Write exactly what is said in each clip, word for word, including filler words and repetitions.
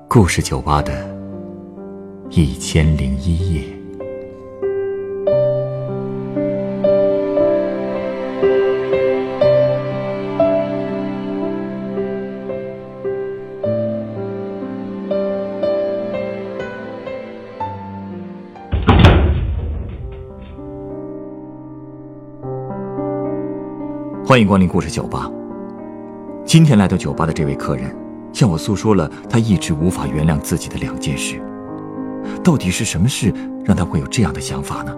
故事酒吧的一千零一夜。欢迎光临故事酒吧。今天来到酒吧的这位客人向我诉说了他一直无法原谅自己的两件事，到底是什么事让他会有这样的想法呢？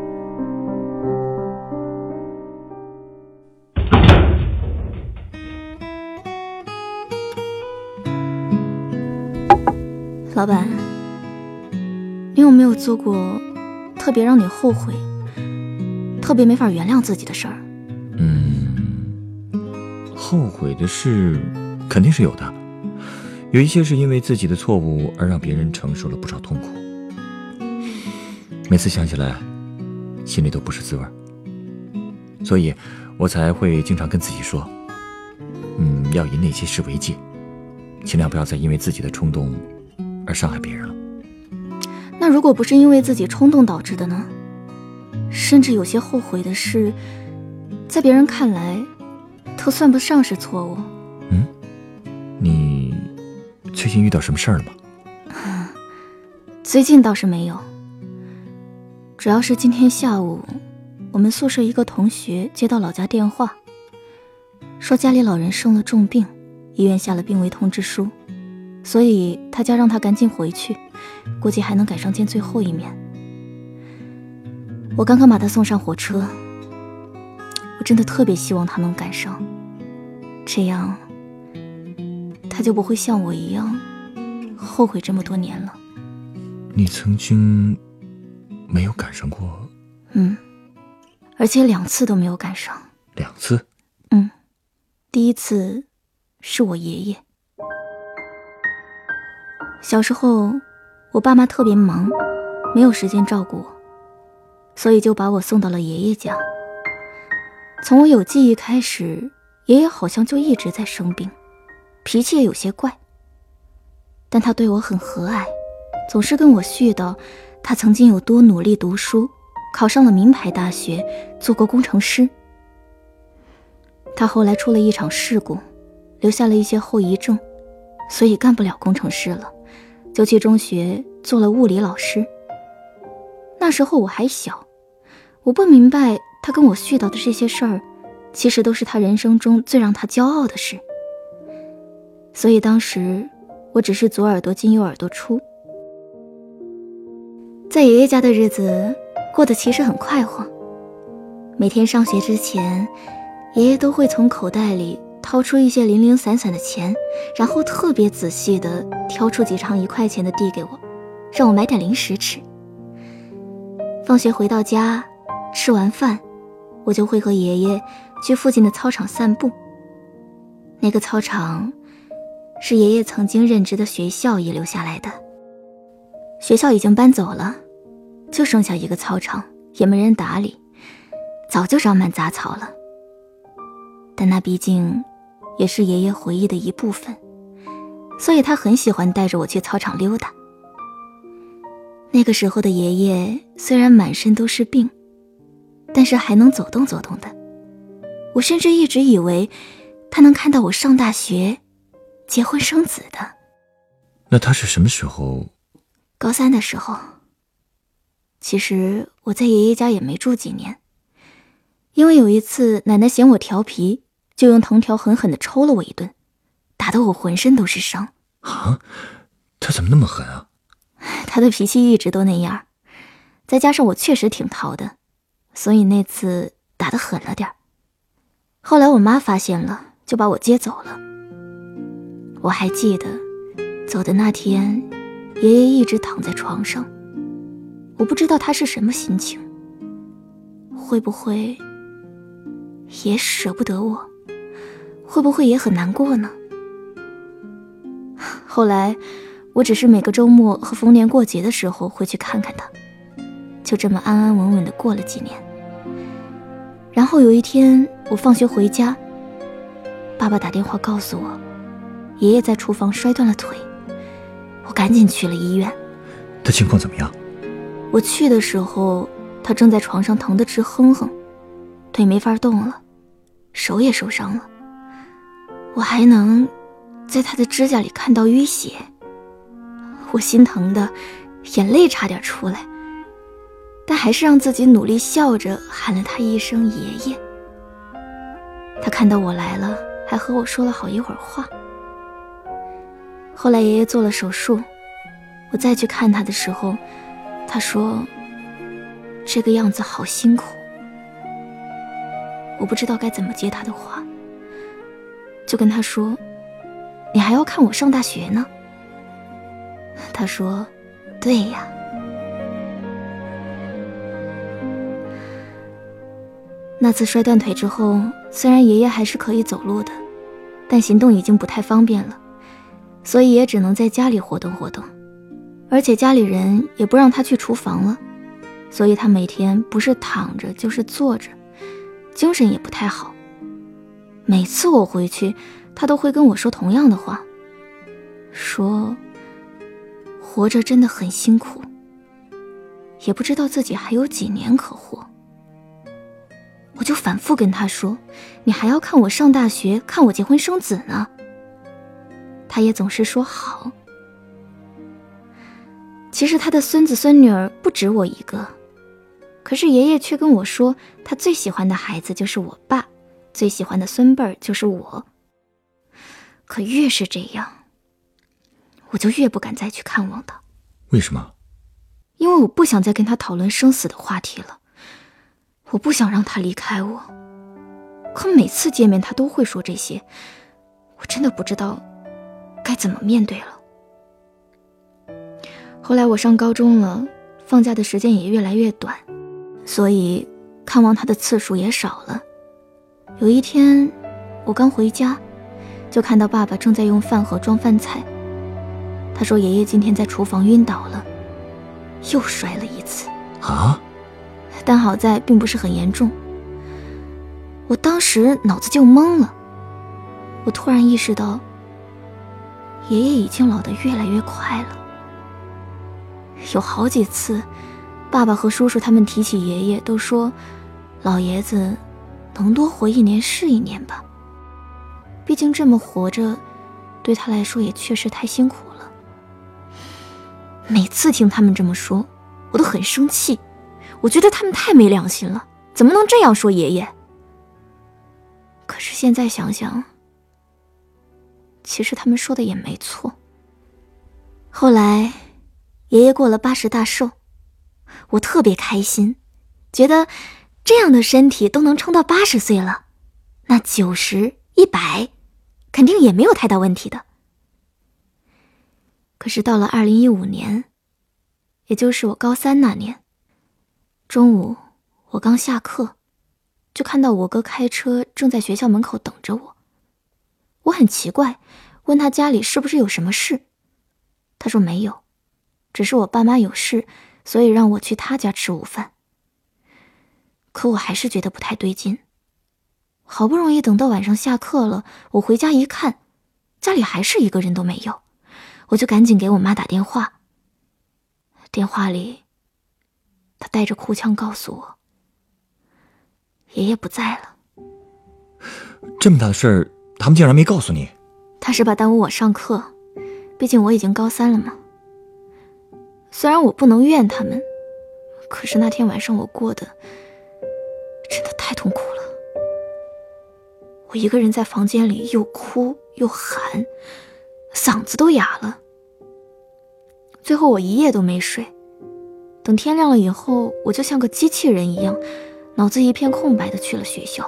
老板，你有没有做过特别让你后悔、特别没法原谅自己的事儿？ 嗯，后悔的事肯定是有的。有一些是因为自己的错误而让别人承受了不少痛苦，每次想起来心里都不是滋味，所以我才会经常跟自己说，嗯，要以那些事为戒，尽量不要再因为自己的冲动而伤害别人了。 那如果不是因为自己冲动导致的呢？甚至有些后悔的事在别人看来都算不上是错误。 嗯，你最近遇到什么事儿了吗？ 最近倒是没有，主要是今天下午我们宿舍一个同学接到老家电话，说家里老人生了重病，医院下了病危通知书，所以他家让他赶紧回去，估计还能赶上见最后一面。我刚刚把他送上火车，我真的特别希望他能赶上，这样他就不会像我一样后悔这么多年了。 你曾经没有赶上过？ 嗯，而且两次都没有赶上。 两次？ 嗯，第一次是我爷爷。小时候我爸妈特别忙，没有时间照顾我，所以就把我送到了爷爷家。从我有记忆开始，爷爷好像就一直在生病，脾气也有些怪，但他对我很和蔼，总是跟我絮叨他曾经有多努力读书，考上了名牌大学，做过工程师。他后来出了一场事故，留下了一些后遗症，所以干不了工程师了，就去中学做了物理老师。那时候我还小，我不明白他跟我絮叨的这些事儿其实都是他人生中最让他骄傲的事，所以当时我只是左耳朵进右耳朵出。在爷爷家的日子过得其实很快活，每天上学之前，爷爷都会从口袋里掏出一些零零散散的钱，然后特别仔细地挑出几张一块钱的递给我，让我买点零食吃。放学回到家，吃完饭我就会和爷爷去附近的操场散步。那个操场是爷爷曾经任职的学校遗留下来的，学校已经搬走了，就剩下一个操场，也没人打理，早就长满杂草了。但那毕竟也是爷爷回忆的一部分，所以他很喜欢带着我去操场溜达。那个时候的爷爷虽然满身都是病，但是还能走动走动的。我甚至一直以为他能看到我上大学结婚生子的。 那他是什么时候？ 高三的时候。其实我在爷爷家也没住几年，因为有一次奶奶嫌我调皮，就用藤条狠狠地抽了我一顿，打得我浑身都是伤。 啊，他怎么那么狠啊？ 他的脾气一直都那样，再加上我确实挺淘的，所以那次打得狠了点。后来我妈发现了，就把我接走了。我还记得走的那天，爷爷一直躺在床上，我不知道他是什么心情，会不会也舍不得我，会不会也很难过呢？后来我只是每个周末和逢年过节的时候会去看看他，就这么安安稳稳地过了几年。然后有一天我放学回家，爸爸打电话告诉我，爷爷在厨房摔断了腿， 赶紧去了医院。 他情况怎么样？ 我去的时候，他正在床上疼得直哼哼，腿没法动了，手也受伤了，我还能在他的指甲里看到淤血。我心疼的眼泪差点出来，但还是让自己努力笑着喊了他一声爷爷。他看到我来了，还和我说了好一会儿话。后来爷爷做了手术，我再去看他的时候，他说这个样子好辛苦。我不知道该怎么接他的话，就跟他说，你还要看我上大学呢。他说对呀。那次摔断腿之后，虽然爷爷还是可以走路的，但行动已经不太方便了，所以也只能在家里活动活动，而且家里人也不让他去厨房了，所以他每天不是躺着就是坐着，精神也不太好。每次我回去，他都会跟我说同样的话，说活着真的很辛苦，也不知道自己还有几年可活。我就反复跟他说，你还要看我上大学，看我结婚生子呢。他也总是说好。其实他的孙子孙女儿不止我一个，可是爷爷却跟我说，他最喜欢的孩子就是我爸，最喜欢的孙辈儿就是我。可越是这样，我就越不敢再去看望他。 为什么？ 因为我不想再跟他讨论生死的话题了，我不想让他离开我。可每次见面他都会说这些，我真的不知道该怎么面对了。后来我上高中了，放假的时间也越来越短，所以看望他的次数也少了。有一天我刚回家，就看到爸爸正在用饭盒装饭菜。他说爷爷今天在厨房晕倒了，又摔了一次啊！ 但好在并不是很严重。我当时脑子就懵了，我突然意识到爷爷已经老得越来越快了。有好几次爸爸和叔叔他们提起爷爷，都说老爷子能多活一年是一年吧，毕竟这么活着对他来说也确实太辛苦了。每次听他们这么说，我都很生气，我觉得他们太没良心了，怎么能这样说爷爷？可是现在想想，其实他们说的也没错。后来爷爷过了八十大寿，我特别开心，觉得这样的身体都能撑到八十岁了，那九十、一百肯定也没有太大问题的。可是到了二零一五年，也就是我高三那年，中午我刚下课，就看到我哥开车正在学校门口等着我。我很奇怪，问他家里是不是有什么事，他说没有，只是我爸妈有事，所以让我去他家吃午饭。可我还是觉得不太对劲，好不容易等到晚上下课了，我回家一看，家里还是一个人都没有，我就赶紧给我妈打电话。电话里她带着哭腔告诉我，爷爷不在了。 这么大的事儿，他们竟然没告诉你？ 他是怕耽误我上课，毕竟我已经高三了嘛。虽然我不能怨他们，可是那天晚上我过得真的太痛苦了。我一个人在房间里又哭又喊，嗓子都哑了。最后我一夜都没睡，等天亮了以后，我就像个机器人一样，脑子一片空白的去了学校。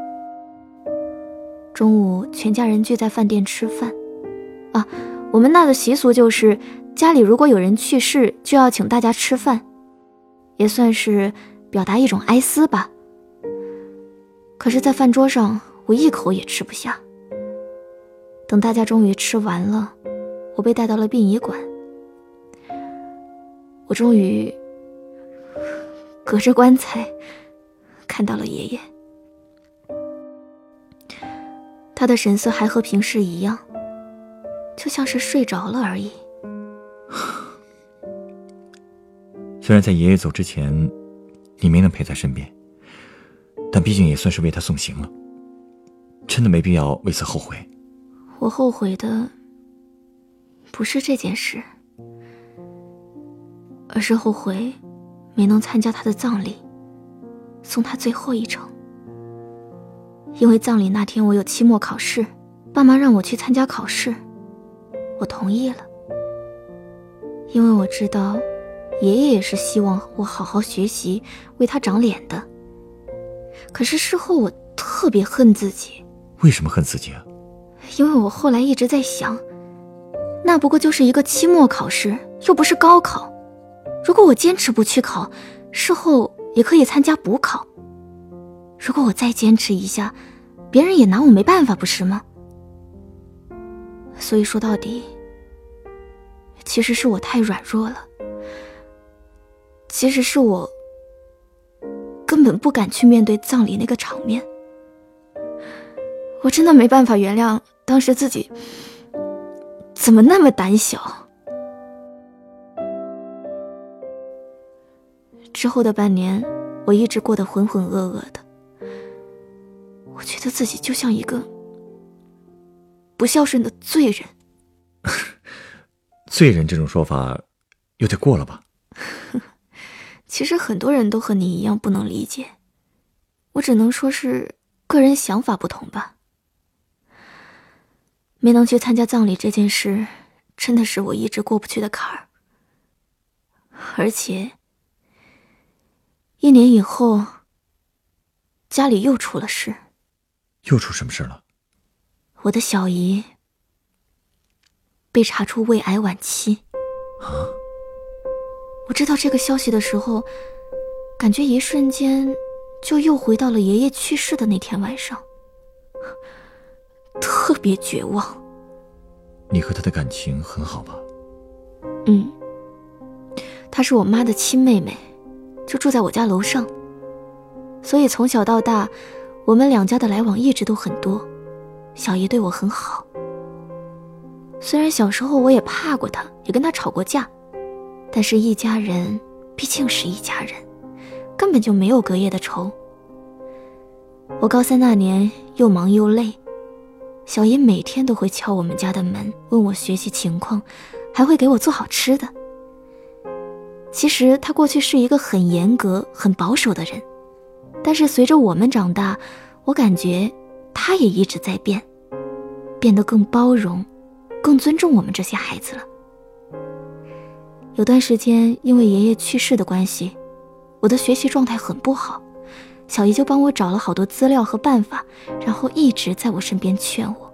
中午全家人聚在饭店吃饭啊，我们那的习俗就是家里如果有人去世，就要请大家吃饭，也算是表达一种哀思吧。可是在饭桌上我一口也吃不下。等大家终于吃完了，我被带到了殡仪馆。我终于隔着棺材看到了爷爷，他的神色还和平时一样，就像是睡着了而已， 虽然在爷爷走之前，你没能陪在身边，但毕竟也算是为他送行了，真的没必要为此后悔。 我后悔的不是这件事，而是后悔没能参加他的葬礼，送他最后一程。因为葬礼那天我有期末考试，爸妈让我去参加考试，我同意了。因为我知道爷爷也是希望我好好学习，为他长脸的。可是事后我特别恨自己。 为什么恨自己啊？ 因为我后来一直在想，那不过就是一个期末考试，又不是高考。如果我坚持不去考，事后也可以参加补考。如果我再坚持一下，别人也拿我没办法，不是吗？所以说到底，其实是我太软弱了，其实是我根本不敢去面对葬礼那个场面。我真的没办法原谅当时自己怎么那么胆小。之后的半年，我一直过得浑浑噩噩的。我觉得自己就像一个不孝顺的罪人。 罪人这种说法有点过了吧？ 其实很多人都和你一样不能理解，我只能说是个人想法不同吧。没能去参加葬礼这件事，真的是我一直过不去的坎儿。而且一年以后，家里又出了事。 又出什么事了？ 我的小姨被查出胃癌晚期。 啊？ 我知道这个消息的时候，感觉一瞬间就又回到了爷爷去世的那天晚上，特别绝望。 你和他的感情很好吧？ 嗯，她是我妈的亲妹妹，就住在我家楼上，所以从小到大我们两家的来往一直都很多，小姨对我很好。虽然小时候我也怕过她，也跟她吵过架，但是一家人毕竟是一家人，根本就没有隔夜的仇。我高三那年又忙又累，小姨每天都会敲我们家的门，问我学习情况，还会给我做好吃的。其实她过去是一个很严格很保守的人，但是随着我们长大，我感觉她也一直在变，变得更包容，更尊重我们这些孩子了。有段时间因为爷爷去世的关系，我的学习状态很不好，小姨就帮我找了好多资料和办法，然后一直在我身边劝我。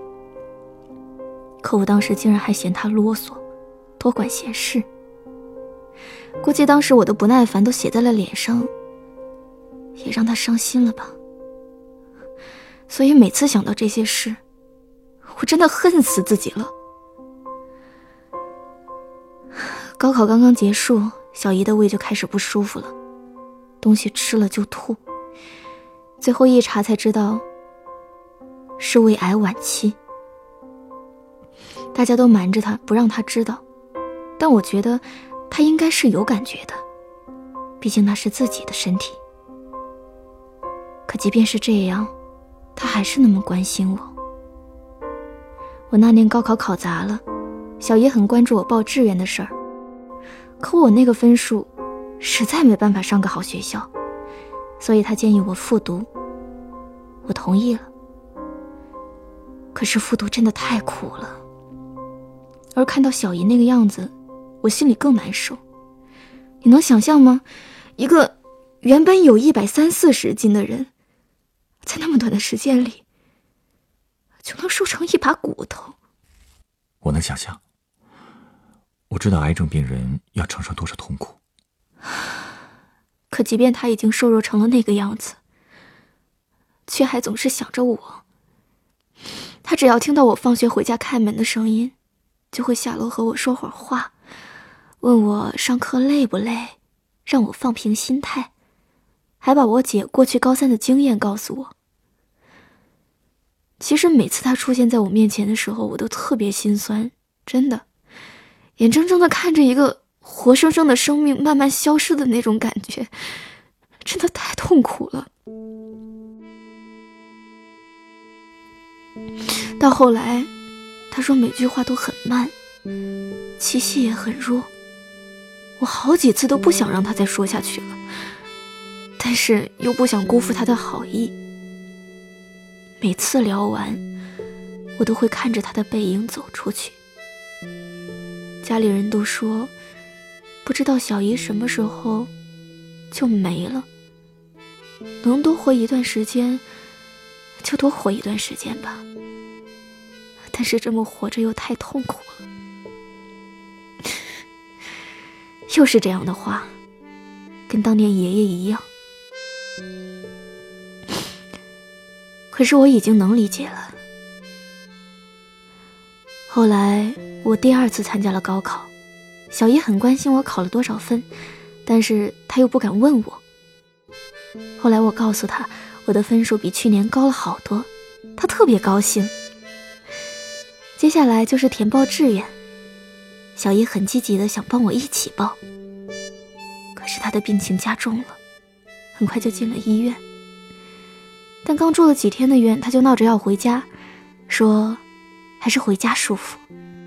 可我当时竟然还嫌她啰嗦，多管闲事。估计当时我的不耐烦都写在了脸上，也让她伤心了吧。所以每次想到这些事，我真的恨死自己了。高考刚刚结束，小姨的胃就开始不舒服了，东西吃了就吐，最后一查才知道是胃癌晚期。大家都瞒着她，不让她知道，但我觉得她应该是有感觉的，毕竟那是自己的身体。可即便是这样，她还是那么关心我。我那年高考考砸了，小姨很关注我报志愿的事儿，可我那个分数实在没办法上个好学校，所以她建议我复读，我同意了。可是复读真的太苦了，而看到小姨那个样子，我心里更难受。你能想象吗？一个原本有一百三四十斤的人，在那么短的时间里就能瘦成一把骨头。 我能想象，我知道癌症病人要承受多少痛苦。 可即便他已经瘦弱成了那个样子，却还总是想着我。他只要听到我放学回家开门的声音，就会下楼和我说会儿话，问我上课累不累，让我放平心态，还把我姐过去高三的经验告诉我。其实每次他出现在我面前的时候，我都特别心酸，真的，眼睁睁地看着一个活生生的生命慢慢消失的那种感觉，真的太痛苦了。到后来，他说每句话都很慢，气息也很弱，我好几次都不想让他再说下去了，但是又不想辜负他的好意。每次聊完，我都会看着他的背影走出去。家里人都说，不知道小姨什么时候就没了，能多活一段时间就多活一段时间吧，但是这么活着又太痛苦了。又是这样的话，跟当年爷爷一样。可是我已经能理解了。后来我第二次参加了高考，小姨很关心我考了多少分，但是她又不敢问我。后来我告诉她我的分数比去年高了好多，她特别高兴。接下来就是填报志愿，小姨很积极的想帮我一起报，可是她的病情加重了，很快就进了医院。但刚住了几天的院，她就闹着要回家，说还是回家舒服。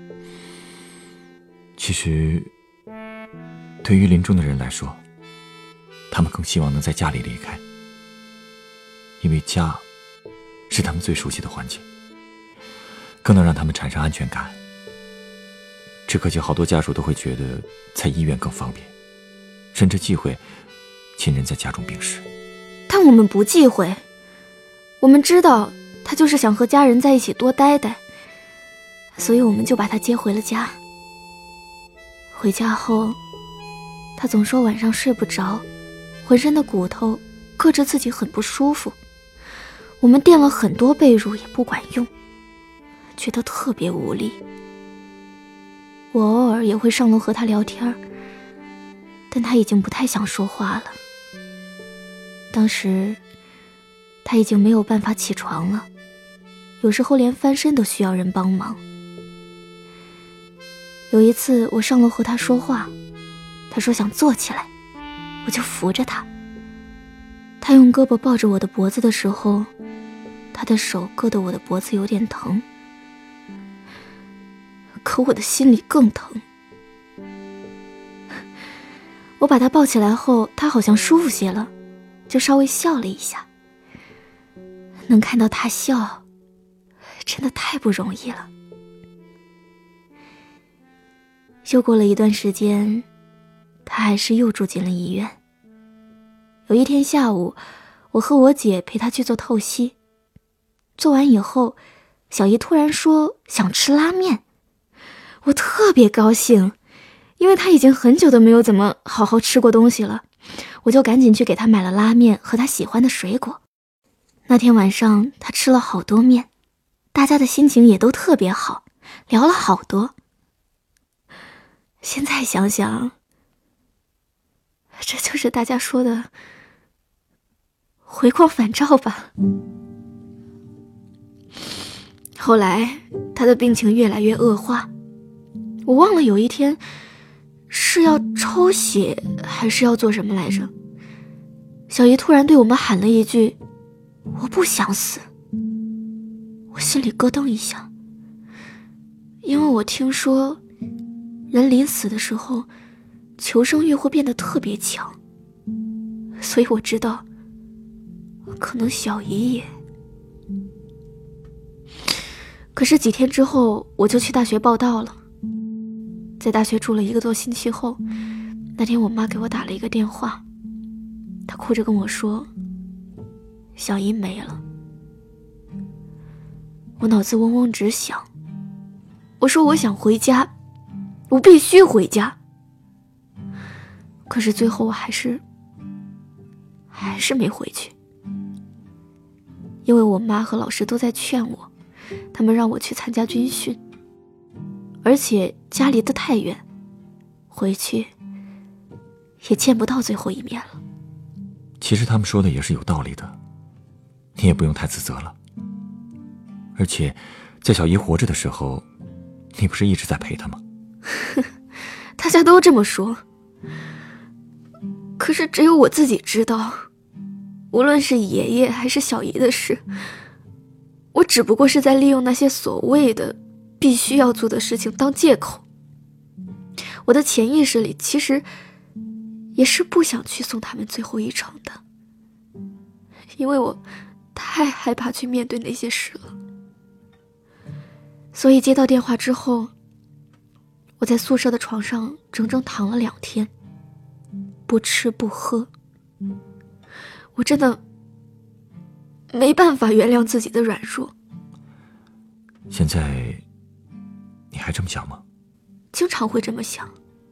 其实对于临终的人来说，他们更希望能在家里离开，因为家是他们最熟悉的环境，更能让他们产生安全感。只可惜好多家属都会觉得在医院更方便，甚至忌讳亲人在家中病逝。 但我们不忌讳，我们知道他就是想和家人在一起多待待，所以我们就把他接回了家。回家后，他总说晚上睡不着，浑身的骨头硌着自己很不舒服。我们垫了很多被褥也不管用，觉得特别无力。我偶尔也会上楼和他聊天，但他已经不太想说话了。当时他已经没有办法起床了，有时候连翻身都需要人帮忙。有一次我上楼和他说话，他说想坐起来，我就扶着他。他用胳膊抱着我的脖子的时候，他的手硌得我的脖子有点疼，可我的心里更疼。我把他抱起来后，他好像舒服些了，就稍微笑了一下。能看到他笑，真的太不容易了。又过了一段时间，他还是又住进了医院。有一天下午，我和我姐陪他去做透析，做完以后，小姨突然说想吃拉面。我特别高兴，因为他已经很久都没有怎么好好吃过东西了，我就赶紧去给他买了拉面和他喜欢的水果。那天晚上他吃了好多面，大家的心情也都特别好，聊了好多。现在想想，这就是大家说的回光返照吧。后来他的病情越来越恶化，我忘了有一天是要抽血还是要做什么来着，小姨突然对我们喊了一句我不想死。我心里咯噔一下，因为我听说人临死的时候求生欲会变得特别强，所以我知道可能小姨也。可是几天之后我就去大学报到了，在大学住了一个多星期后，那天我妈给我打了一个电话，她哭着跟我说小姨没了。我脑子嗡嗡直响，我说我想回家，我必须回家。可是最后我还是还是没回去，因为我妈和老师都在劝我，他们让我去参加军训，而且家离得太远，回去也见不到最后一面了。 其实他们说的也是有道理的，你也不用太自责了。而且在小姨活着的时候，你不是一直在陪她吗？ 大家都这么说， 可是只有我自己知道，无论是爷爷还是小姨的事，我只不过是在利用那些所谓的必须要做的事情当借口。我的潜意识里其实也是不想去送他们最后一程的，因为我太害怕去面对那些事了。所以接到电话之后，我在宿舍的床上整整躺了两天，不吃不喝。我真的没办法原谅自己的软弱。 现在你还这么想吗？ 经常会这么想。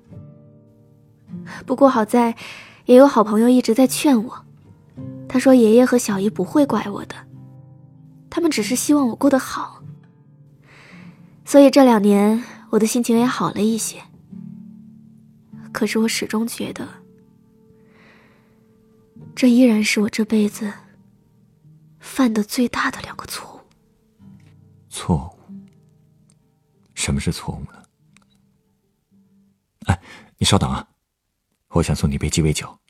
不过好在也有好朋友一直在劝我，他说爷爷和小姨不会怪我的，他们只是希望我过得好。所以这两年我的心情也好了一些。可是我始终觉得，这依然是我这辈子犯的最大的两个错误。 错误？什么是错误呢？哎，你稍等啊，我想送你杯鸡尾酒。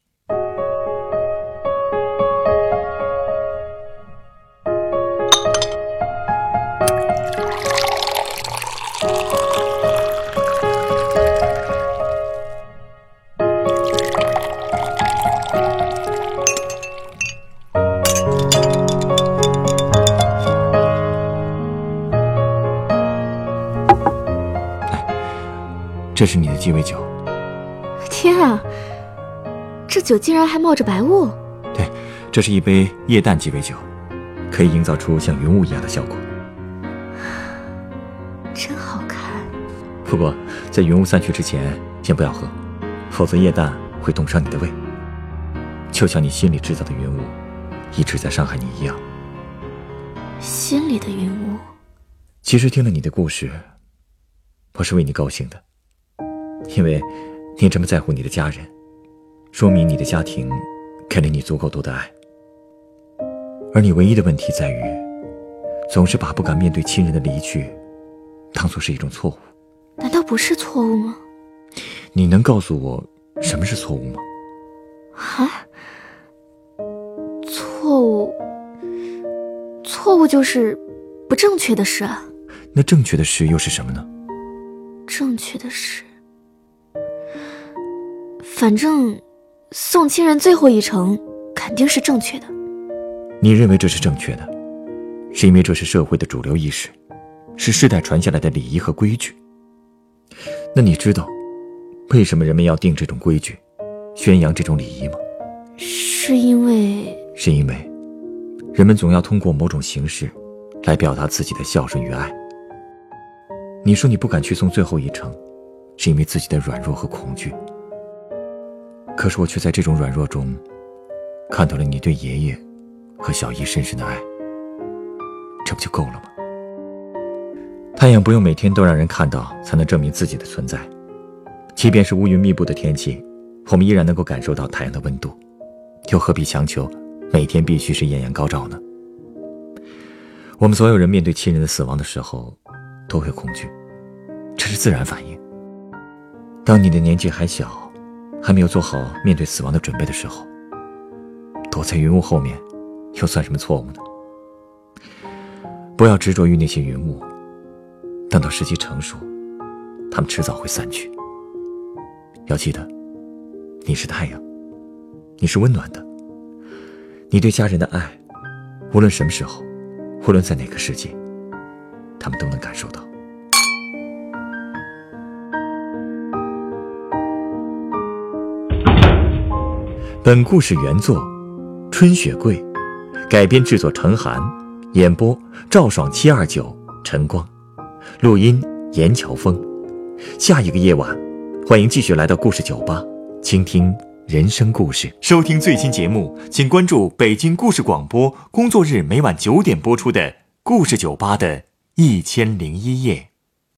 这是你的鸡尾酒。 天啊，这酒竟然还冒着白雾。 对，这是一杯液氮鸡尾酒，可以营造出像云雾一样的效果。 真好看。 不过在云雾散去之前先不要喝，否则液氮会冻伤你的胃，就像你心里制造的云雾一直在伤害你一样。 心里的云雾？ 其实听了你的故事，我是为你高兴的，因为你这么在乎你的家人，说明你的家庭给了你足够多的爱。而你唯一的问题在于，总是把不敢面对亲人的离去当作是一种错误。 难道不是错误吗？ 你能告诉我什么是错误吗？ 啊？错误？错误就是不正确的事啊。 那正确的事又是什么呢？ 正确的事，反正送亲人最后一程肯定是正确的。 你认为这是正确的，是因为这是社会的主流意识，是世代传下来的礼仪和规矩。那你知道为什么人们要定这种规矩，宣扬这种礼仪吗？ 是因为是因为人们总要通过某种形式来表达自己的孝顺与爱。你说你不敢去送最后一程，是因为自己的软弱和恐惧。可是我却在这种软弱中看到了你对爷爷和小姨深深的爱，这不就够了吗？太阳不用每天都让人看到才能证明自己的存在，即便是乌云密布的天气，我们依然能够感受到太阳的温度，又何必强求每天必须是艳阳高照呢？我们所有人面对亲人的死亡的时候都会恐惧，这是自然反应。当你的年纪还小，还没有做好面对死亡的准备的时候，躲在云雾后面又算什么错误呢？不要执着于那些云雾，等到时机成熟，它们迟早会散去。要记得，你是太阳，你是温暖的，你对家人的爱，无论什么时候，无论在哪个世界，他们都能感受到。本故事原作春雪桂，改编制作陈寒，演播赵爽七二九陈光，录音严乔峰。下一个夜晚，欢迎继续来到故事酒吧，倾听人生故事。收听最新节目，请关注北京故事广播，工作日每晚九点播出的故事酒吧的一千零一夜。